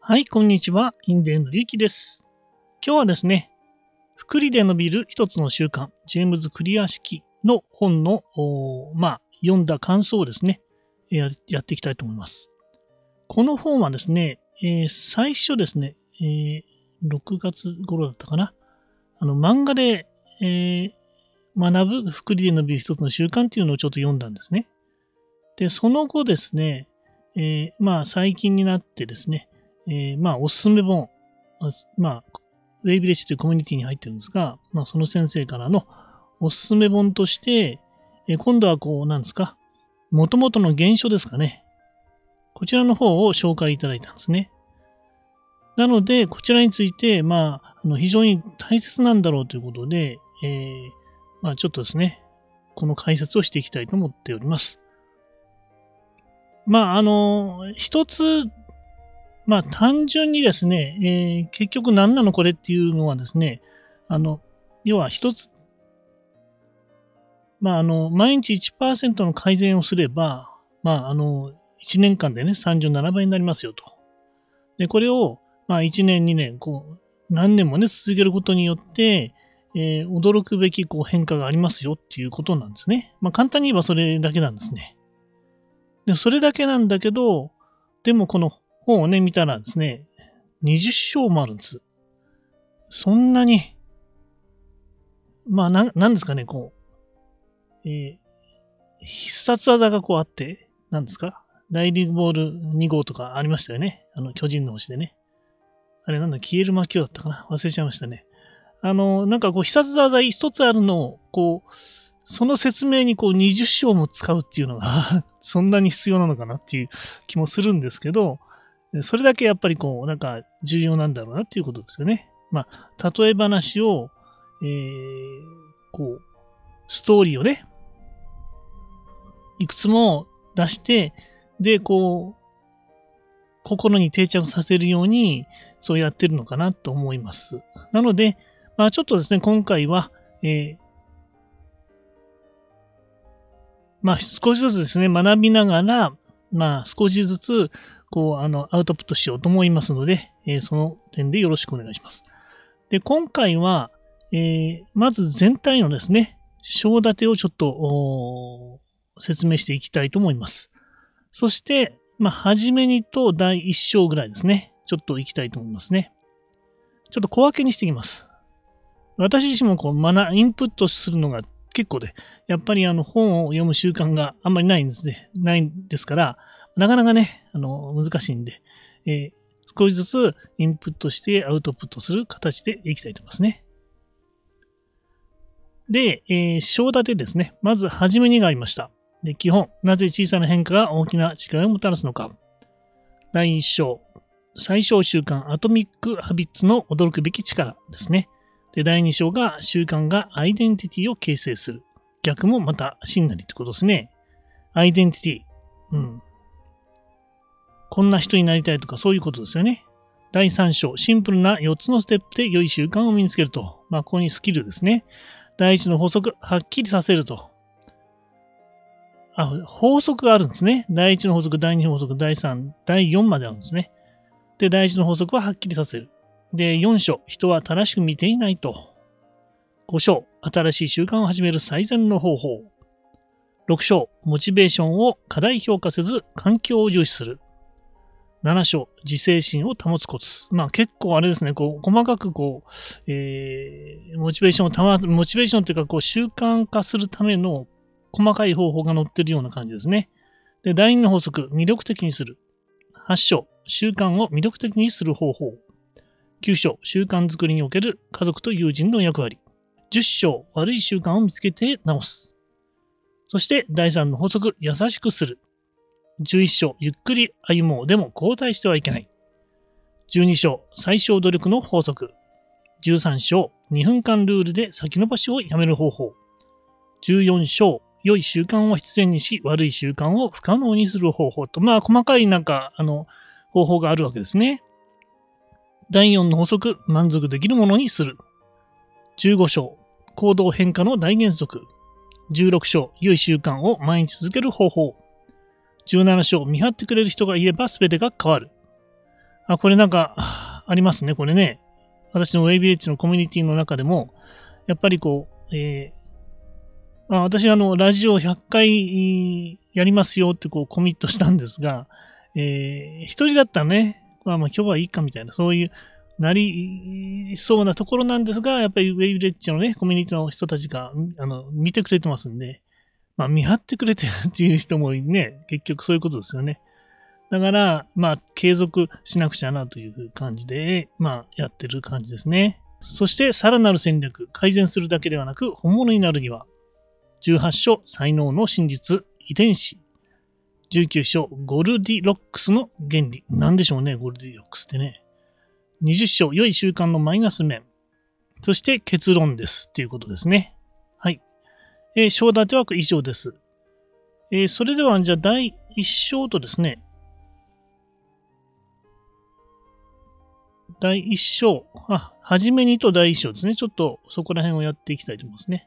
はい、こんにちは。インデーのりゆきです。今日はですね、複利で伸びる一つの習慣、ジェームズ・クリア式の本の、読んだ感想をですね、やっていきたいと思います。この本はですね、最初ですね、6月頃だったかな。漫画で、学ぶ複利で伸びる一つの習慣っていうのをちょっと読んだんですね。で、その後ですね、最近になってですね、おすすめ本、ウェイビレッジというコミュニティに入ってるんですが、その先生からのおすすめ本として、今度は何ですか、元々の原書ですかね。こちらの方を紹介いただいたんですね。なので、こちらについて、非常に大切なんだろうということで、ちょっとですね、この解説をしていきたいと思っております。一つ、単純にですね、結局何なのこれっていうのはですね、要は一つ、毎日 1% の改善をすれば、1年間でね、37倍になりますよと。で、これを、1年、2年、何年もね、続けることによって、驚くべき変化がありますよっていうことなんですね。簡単に言えばそれだけなんですね。で、それだけなんだけど、でもこの本をね、見たらですね、20章もあるんです。そんなに、なんですかね、必殺技があって、なんですか、大リーグボール2号とかありましたよね。巨人の星でね。あれなんだ、消える魔球だったかな、忘れちゃいましたね。必殺技一つあるのを、その説明に20章も使うっていうのがそんなに必要なのかなっていう気もするんですけど、それだけやっぱり重要なんだろうなっていうことですよね。例え話を、ストーリーをね、いくつも出して、で、心に定着させるように、そうやってるのかなと思います。なので、ちょっとですね、今回は、少しずつですね、学びながら、少しずつ、アウトプットしようと思いますので、その点でよろしくお願いします。で、今回は、まず全体のですね、章立てをちょっと説明していきたいと思います。そして、初めにと第1章ぐらいですね、ちょっといきたいと思いますね。ちょっと小分けにしていきます。私自身もインプットするのが結構で、やっぱり本を読む習慣があんまりないんですから、なかなかね、難しいんで、少しずつインプットしてアウトプットする形でいきたいと思いますね。で、章立てですね。まず、はじめにがありました。で、基本、なぜ小さな変化が大きな違いをもたらすのか。第1章、最小習慣アトミックハビッツの驚くべき力ですね。で、第2章が習慣がアイデンティティを形成する。逆もまた真なりってことですね。アイデンティティ。こんな人になりたいとかそういうことですよね。第3章、シンプルな4つのステップで良い習慣を身につけると。ここにスキルですね。第1の法則、はっきりさせると。法則があるんですね。第1の法則、第2の法則、第3、第4まであるんですね。で、第1の法則ははっきりさせる。で、4章、人は正しく見ていないと。5章、新しい習慣を始める最善の方法。6章、モチベーションを過大評価せず、環境を重視する。7章、自制心を保つコツ。結構あれですね、細かくモチベーションというか、習慣化するための細かい方法が載っているような感じですね。で、第2の法則、魅力的にする。8章、習慣を魅力的にする方法。9章、習慣づくりにおける家族と友人の役割。10章、悪い習慣を見つけて直す。そして第3の法則、優しくする。11章、ゆっくり歩もう。でも後退してはいけない。12章、最小努力の法則。13章、2分間ルールで先延ばしをやめる方法。14章、良い習慣を必然にし、悪い習慣を不可能にする方法と、細かい方法があるわけですね。第4の法則、満足できるものにする。15章、行動変化の大原則。16章、良い習慣を毎日続ける方法。17章、見張ってくれる人がいれば全てが変わる。 これなんか、ありますね、これね。私のウェイビレッジのコミュニティの中でも、やっぱりこう、私ラジオ100回やりますよってこうコミットしたんですが、一人だったらね、まあ今日はいいかみたいな、そういうなりそうなところなんですが、やっぱりウェイビレッジのね、コミュニティの人たちが、見てくれてますんで、まあ見張ってくれてるっていう人もね、結局そういうことですよね。だから、まあ継続しなくちゃなという感じで、まあやってる感じですね。そしてさらなる戦略、改善するだけではなく、本物になるには、18章才能の真実、遺伝子。19章ゴルディロックスの原理。なんでしょうね、ゴルディロックスってね。20章良い習慣のマイナス面。そして結論です。ということですね。はい。章立て枠以上です。それでは、じゃあ第1章とですね。第1章。はじめにと第1章ですね。ちょっとそこら辺をやっていきたいと思いますね。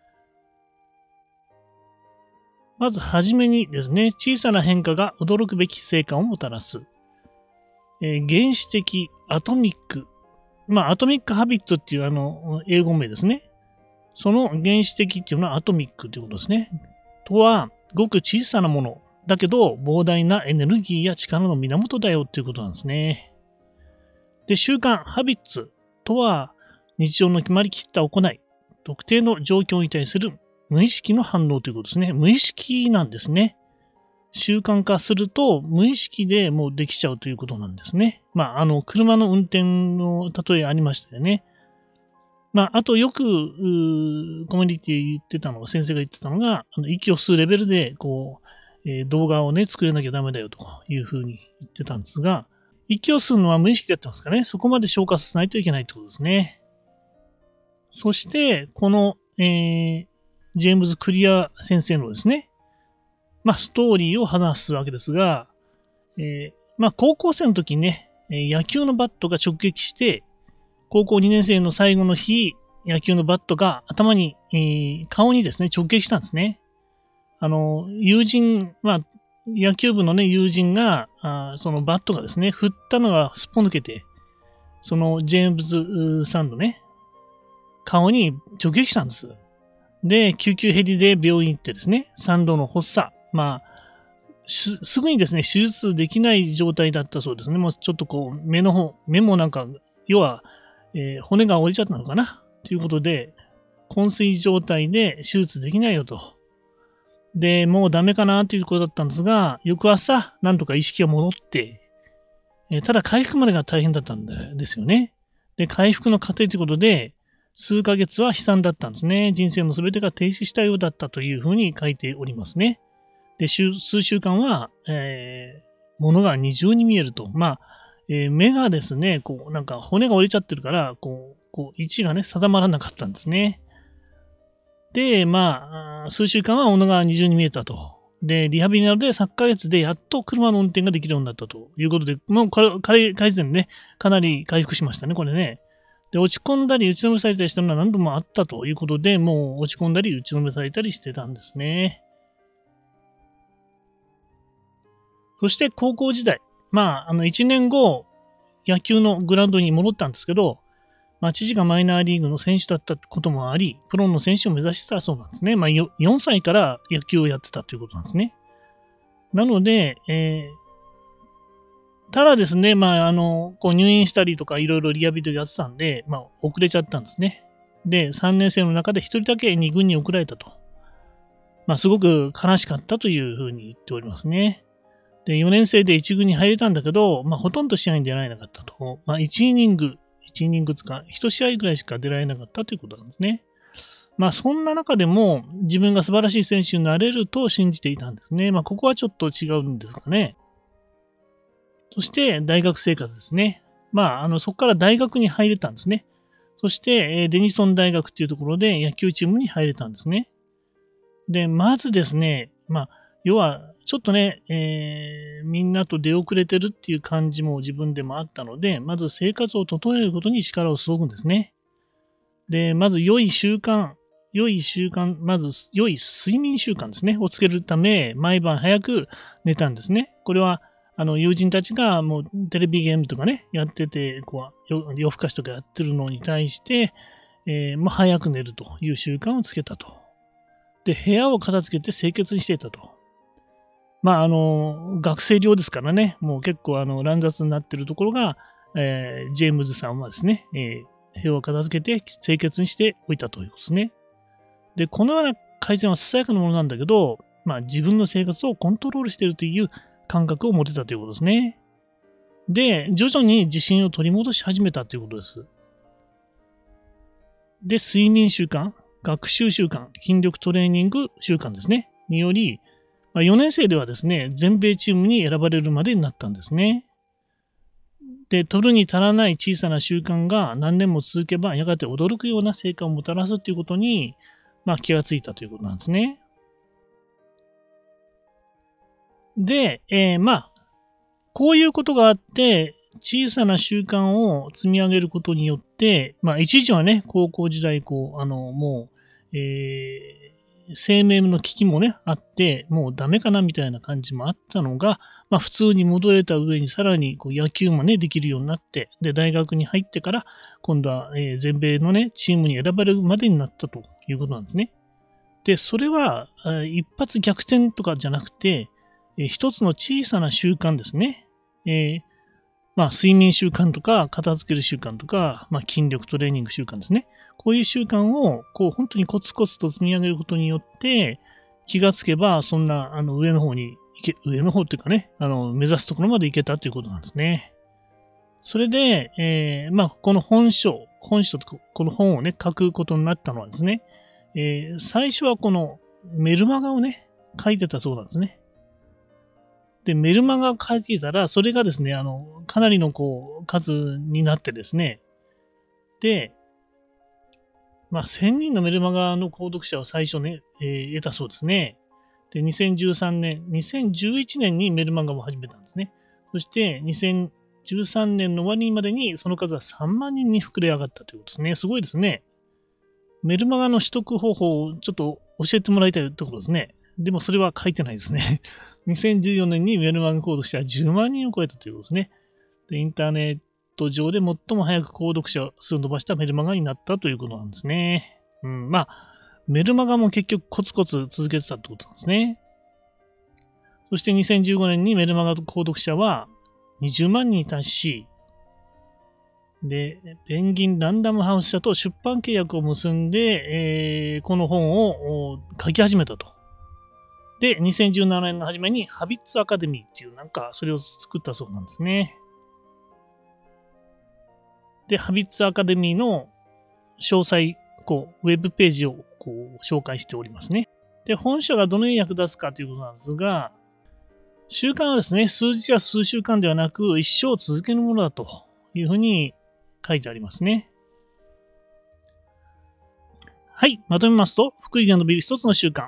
まずはじめにですね、小さな変化が驚くべき成果をもたらす。原子的アトミック。アトミックハビッツっていう英語名ですね。その原子的っていうのはアトミックということですね。とは、ごく小さなもの。だけど、膨大なエネルギーや力の源だよということなんですね。で、習慣、ハビッツとは、日常の決まりきった行い、特定の状況に対する無意識の反応ということですね。無意識なんですね。習慣化すると無意識でもうできちゃうということなんですね。車の運転の例えありましたよね。あとよく、コミュニティ言ってたのが、先生が言ってたのが、息を吸うレベルで、動画をね、作れなきゃダメだよというふうに言ってたんですが、息を吸うのは無意識でやってますからね、そこまで消化させないといけないってことですね。そして、この、ジェームズ・クリア先生のですね、ストーリーを話すわけですが、高校生の時にね、野球のバットが直撃して、高校2年生の最後の日、野球のバットが頭に、顔にですね、直撃したんですね。友人、野球部のね、友人が、そのバットがですね、振ったのがすっぽ抜けて、そのジェームズさんのね、顔に直撃したんです。で、救急ヘリで病院行ってですね、3度の発作。すぐにですね、手術できない状態だったそうですね。もうちょっと目もなんか、要は、骨が折れちゃったのかなということで、昏睡状態で手術できないよと。で、もうダメかなということだったんですが、翌朝、なんとか意識が戻って、ただ回復までが大変だったんですよね。で、回復の過程ということで、数ヶ月は悲惨だったんですね。人生の全てが停止したようだったというふうに書いておりますね。で、数週間は、物が二重に見えると。目がですね、なんか骨が折れちゃってるから、位置がね、定まらなかったんですね。で、数週間は物が二重に見えたと。で、リハビリなどで3ヶ月でやっと車の運転ができるようになったということで、もう改善ね、かなり回復しましたね、これね。で、落ち込んだり打ちのめされたりしたのは何度もあったということで、もう落ち込んだり打ちのめされたりしてたんですね。そして高校時代、1年後、野球のグラウンドに戻ったんですけど、父がマイナーリーグの選手だったこともあり、プロの選手を目指してたそうなんですね。4歳から野球をやってたということなんですね。なので、ただですね、入院したりとかいろいろリハビリをやってたんで、遅れちゃったんですね。で、3年生の中で1人だけ2軍に送られたと。すごく悲しかったというふうに言っておりますね。で、4年生で1軍に入れたんだけど、ほとんど試合に出られなかったと。1イニングつか、1試合ぐらいしか出られなかったということなんですね。そんな中でも自分が素晴らしい選手になれると信じていたんですね。ここはちょっと違うんですかね。そして大学生活ですね。そこから大学に入れたんですね。そして、デニストン大学っていうところで野球チームに入れたんですね。で、まずですね、要は、ちょっとね、みんなと出遅れてるっていう感じも自分でもあったので、まず生活を整えることに力を注ぐんですね。で、まず良い習慣、まず良い睡眠習慣ですね、をつけるため、毎晩早く寝たんですね。これは、 友人たちがもうテレビゲームとかね、やってて、夜更かしとかやってるのに対して、早く寝るという習慣をつけたと。で、部屋を片付けて清潔にしていたと。学生寮ですからね、もう結構乱雑になっているところが、ジェームズさんはですね、部屋を片付けて清潔にしておいたということですね。で、このような改善はささやかなものなんだけど、自分の生活をコントロールしているという感覚を持てたということですね。で、徐々に自信を取り戻し始めたということです。で、睡眠習慣、学習習慣、筋力トレーニング習慣ですね。により、4年生ではですね、全米チームに選ばれるまでになったんですね。で、取るに足らない小さな習慣が何年も続けば、やがて驚くような成果をもたらすということに、気がついたということなんですね。で、こういうことがあって、小さな習慣を積み上げることによって、一時はね、高校時代、もう、生命の危機もね、あって、もうダメかなみたいな感じもあったのが、普通に戻れた上にさらに野球もね、できるようになって、で、大学に入ってから、今度は、全米のね、チームに選ばれるまでになったということなんですね。で、それは、一発逆転とかじゃなくて、一つの小さな習慣ですね。睡眠習慣とか、片付ける習慣とか、筋力トレーニング習慣ですね。こういう習慣を、本当にコツコツと積み上げることによって、気がつけば、そんな、上の方っていうかね、目指すところまで行けたということなんですね。それで、この本書とか、この本をね、書くことになったのはですね、最初はこのメルマガをね、書いてたそうなんですね。で、メルマガを書いていたら、それがですね、かなりの数になってですね、で、1000人のメルマガの購読者を最初ね、得たそうですね。で、2011年にメルマガも始めたんですね。そして、2013年の終わりまでにその数は3万人に膨れ上がったということですね。すごいですね。メルマガの取得方法をちょっと教えてもらいたいところですね。でもそれは書いてないですね。2014年にメルマガ購読者は10万人を超えたということですね。で、インターネット上で最も早く購読者数を伸ばしたメルマガになったということなんですね。メルマガも結局コツコツ続けてたってことなんですね。そして2015年にメルマガ購読者は20万人に達し、で、ペンギンランダムハウス社と出版契約を結んで、この本を書き始めたと。で、2017年の初めにハビッツアカデミーっていうそれを作ったそうなんですね。で、ハビッツアカデミーの詳細、ウェブページを紹介しておりますね。で、本書がどのように役立つかということなんですが、習慣はですね、数日や数週間ではなく、一生続けるものだというふうに書いてありますね。はい、まとめますと、福利で伸びる一つの習慣。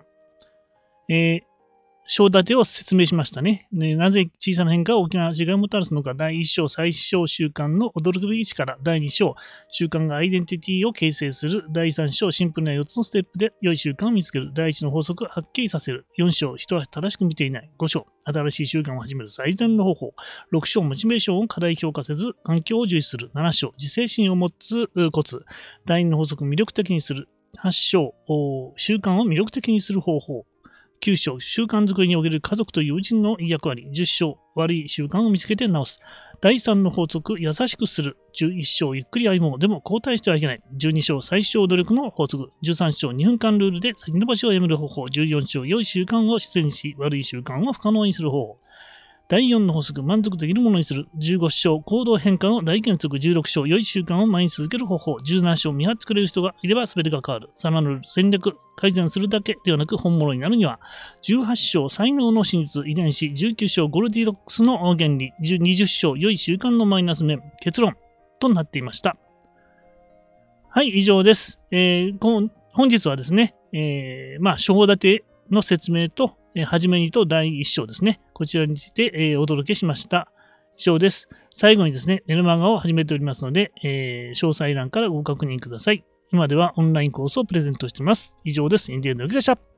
章立てを説明しましたね。なぜ小さな変化が大きな違いをもたらすのか。第1章、最小習慣の驚くべき力。第2章、習慣がアイデンティティを形成する。第3章、シンプルな4つのステップで良い習慣を見つける。第1の法則をはっきりさせる。4章、人は正しく見ていない。5章、新しい習慣を始める最善の方法。6章、モチベーションを過大評価せず、環境を重視する。7章、自制心を持つコツ。第2の法則を魅力的にする。8章、習慣を魅力的にする方法。9章、習慣づくりにおける家族と友人の役割。10章、悪い習慣を見つけて直す。第3の法則、優しくする。11章、ゆっくり歩もう。でも後退してはいけない。12章、最小努力の法則。13章、2分間ルールで先延ばしをやめる方法。14章、良い習慣を実践し、悪い習慣を不可能にする方法。第4の法則、満足できるものにする。15章、行動変化の来原則。16章、良い習慣を毎日続ける方法。17章、見張ってくれる人がいれば全てが変わる。さらなる戦略、改善するだけではなく本物になるには。18章、才能の真実、遺伝子。19章、ゴルディロックスの原理。20章、良い習慣のマイナス面。結論となっていました。はい、以上です。本日はですね、章立ての説明と、はじめにと第1章ですね。こちらについて、お届けしました。以上です。最後にですね、メルマガを始めておりますので、詳細欄からご確認ください。今ではオンラインコースをプレゼントしています。以上です。インディアンのゆきでした。